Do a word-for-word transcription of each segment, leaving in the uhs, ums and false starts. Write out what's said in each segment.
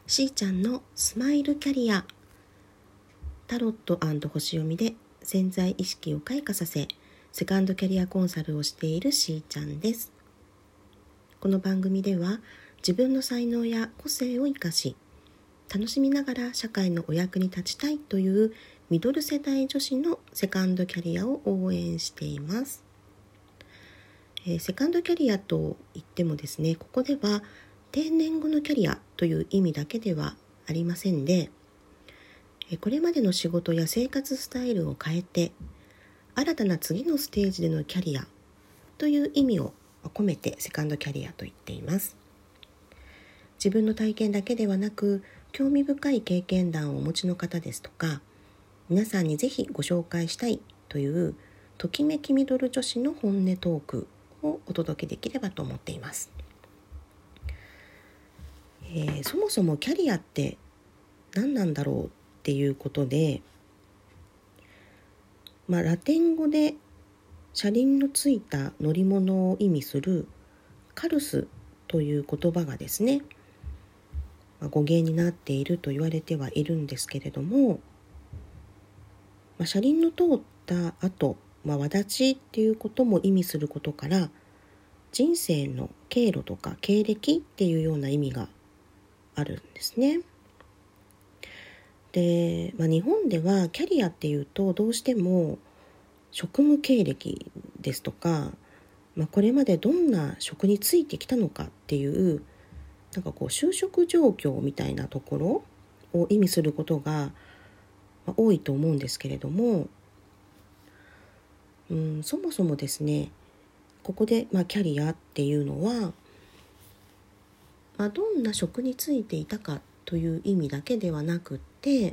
しーちゃんのスマイルキャリア。タロット&星読みで潜在意識を開花させ、セカンドキャリアコンサルをしているしーちゃんです。この番組では自分の才能や個性を生かし、楽しみながら社会のお役に立ちたいというミドル世代女子のセカンドキャリアを応援しています。えー、セカンドキャリアといってもですね、ここでは定年後のキャリアという意味だけではありませんで、これまでの仕事や生活スタイルを変えて新たな次のステージでのキャリアという意味を込めてセカンドキャリアと言っています。自分の体験だけではなく、興味深い経験談をお持ちの方ですとか、皆さんにぜひご紹介したいというときめきミドル女子の本音トークをお届けできればと思っています。えー、そもそもキャリアって何なんだろうっていうことで、まあ、ラテン語で車輪のついた乗り物を意味するカルスという言葉がですね、まあ、語源になっていると言われてはいるんですけれども、まあ、車輪の通った後、まあ、轍っていうことも意味することから、人生の経路とか経歴っていうような意味があるんですね。で、まあ、日本ではキャリアっていうとどうしても職務経歴ですとか、まあ、これまでどんな職に就いてきたのかっていうなんかこう就職状況みたいなところを意味することが多いと思うんですけれども、うん、そもそもですね、ここでまあキャリアっていうのは、まあ、どんな職に就いていたかという意味だけではなくって、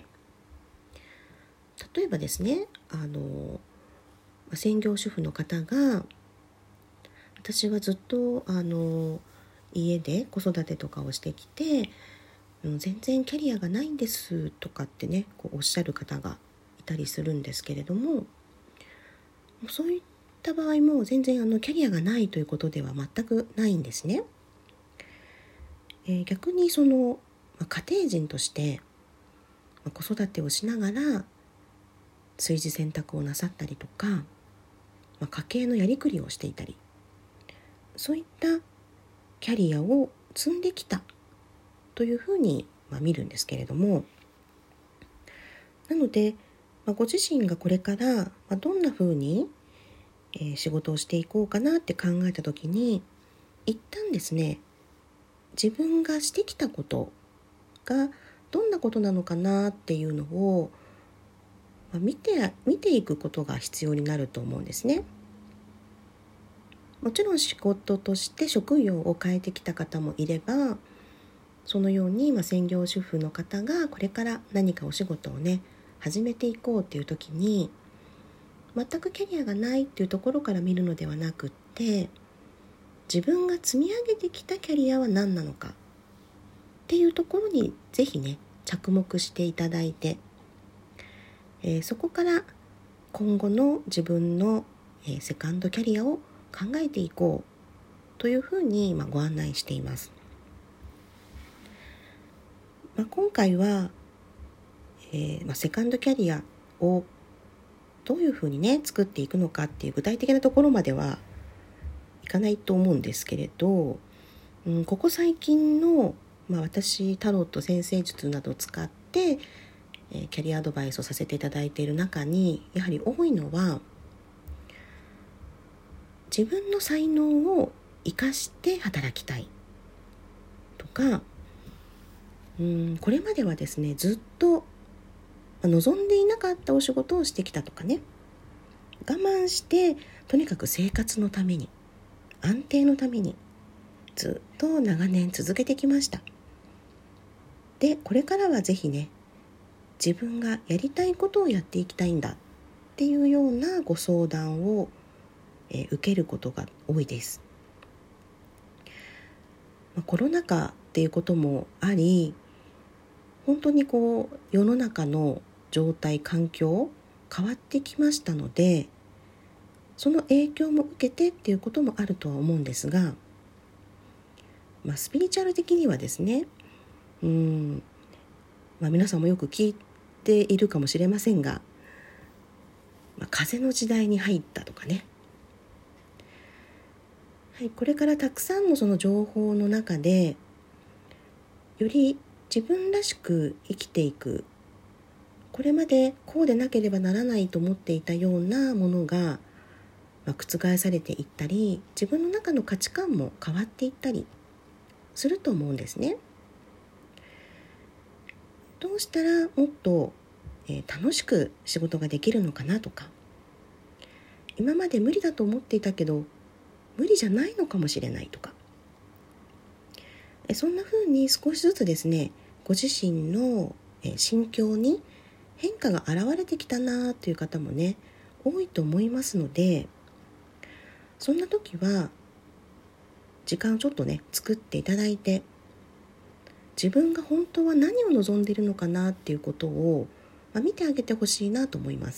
例えばですね、あの専業主婦の方が、私はずっとあの家で子育てとかをしてきて、うん、全然キャリアがないんですとかってね、こうおっしゃる方がいたりするんですけれども、そういった場合も全然あのキャリアがないということでは全くないんですね。えー、逆にその、まあ、家庭人として、まあ、子育てをしながら炊事洗濯をなさったりとか、まあ、家計のやりくりをしていたり、そういったキャリアを積んできたというふうに、まあ、見るんですけれども、なので、まあ、ご自身がこれから、まあ、どんなふうに、えー、仕事をしていこうかなって考えたときに、一旦ですね、自分がしてきたことがどんなことなのかなっていうのを、まあ、見て、見ていくことが必要になると思うんですね。もちろん仕事として職業を変えてきた方もいれば、そのように、まあ、専業主婦の方がこれから何かお仕事をね始めていこうっていう時に、全くキャリアがないっていうところから見るのではなくって、自分が積み上げてきたキャリアは何なのかっていうところにぜひね着目していただいて、えー、そこから今後の自分の、えー、セカンドキャリアを考えていこうというふうに、まあ、ご案内しています。まあ、今回は、えーまあ、セカンドキャリアをどういうふうにね作っていくのかっていう具体的なところまではいかないと思うんですけれど、うん、ここ最近の、まあ、私タロット占星術などを使って、えー、キャリアアドバイスをさせていただいている中にやはり多いのは、自分の才能を生かして働きたいとか、うん、これまではですねずっと望んでいなかったお仕事をしてきたとかね、我慢してとにかく生活のために安定のためにずっと長年続けてきました。でこれからはぜひね自分がやりたいことをやっていきたいんだっていうようなご相談を、えー、受けることが多いです。まあ、コロナ禍っていうこともあり、本当にこう世の中の状態環境変わってきましたので、その影響も受けてっていうこともあるとは思うんですが、まあ、スピリチュアル的にはですね、 うん、まあ、皆さんもよく聞いているかもしれませんが、まあ、風の時代に入ったとかね、はい、これからたくさんのその情報の中でより自分らしく生きていく、これまでこうでなければならないと思っていたようなものが、まあ、覆されていったり、自分の中の価値観も変わっていったりすると思うんですね。どうしたらもっと、えー楽しく仕事ができるのかなとか、今まで無理だと思っていたけど無理じゃないのかもしれないとか、えそんな風に少しずつですね、ご自身のえ心境に変化が現れてきたなという方もね、多いと思いますので、そんな時は時間をちょっとね作っていただいて、自分が本当は何を望んでいるのかなっていうことを、まあ、見てあげてほしいなと思います。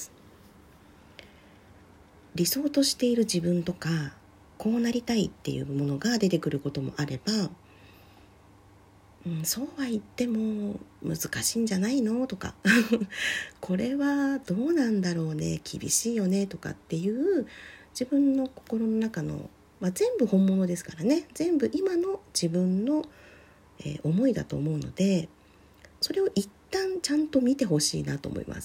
理想としている自分とか、こうなりたいっていうものが出てくることもあれば、うん、そうは言っても難しいんじゃないのとかこれはどうなんだろうね、厳しいよねとかっていう自分の心の中の、まあ、全部本物ですからね、全部今の自分の、えー思いだと思うので、それを一旦ちゃんと見てほしいなと思います。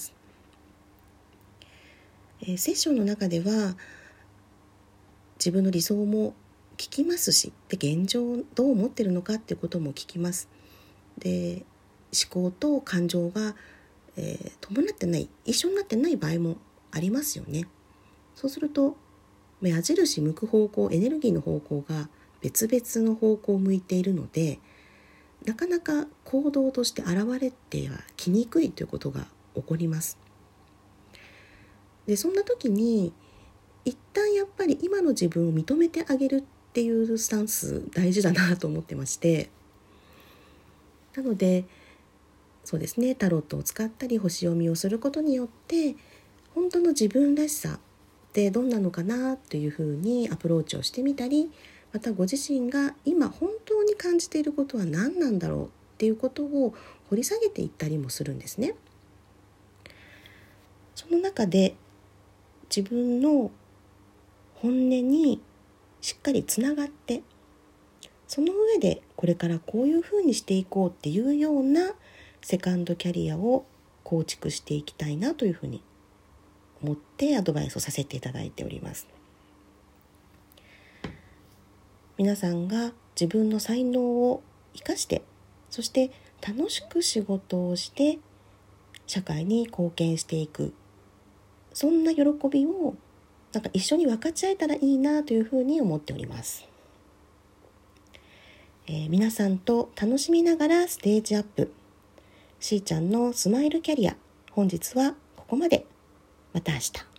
えーセッションの中では自分の理想も聞きますし、で現状どう思ってるのかっていうことも聞きます。で思考と感情が、えー伴ってない、一緒になってない場合もありますよね。そうすると矢印向く方向、エネルギーの方向が別々の方向を向いているので、なかなか行動として現れてはきにくいということが起こります。でそんな時に一旦やっぱり今の自分を認めてあげるっていうスタンス大事だなと思ってまして、なのでそうですね、タロットを使ったり星読みをすることによって、本当の自分らしさってどんなのかなというふうにアプローチをしてみたり、またご自身が今本当に感じていることは何なんだろうっていうことを掘り下げていったりもするんですね。その中で自分の本音にしっかりつながって、その上でこれからこういうふうにしていこうっていうようなセカンドキャリアを構築していきたいなというふうに思ってアドバイスをさせていただいております。皆さんが自分の才能を生かして、そして楽しく仕事をして社会に貢献していく、そんな喜びをなんか一緒に分かち合えたらいいなというふうに思っております。えー、皆さんと楽しみながらステージアップ、しーちゃんのスマイルキャリア、本日はここまで。また明日。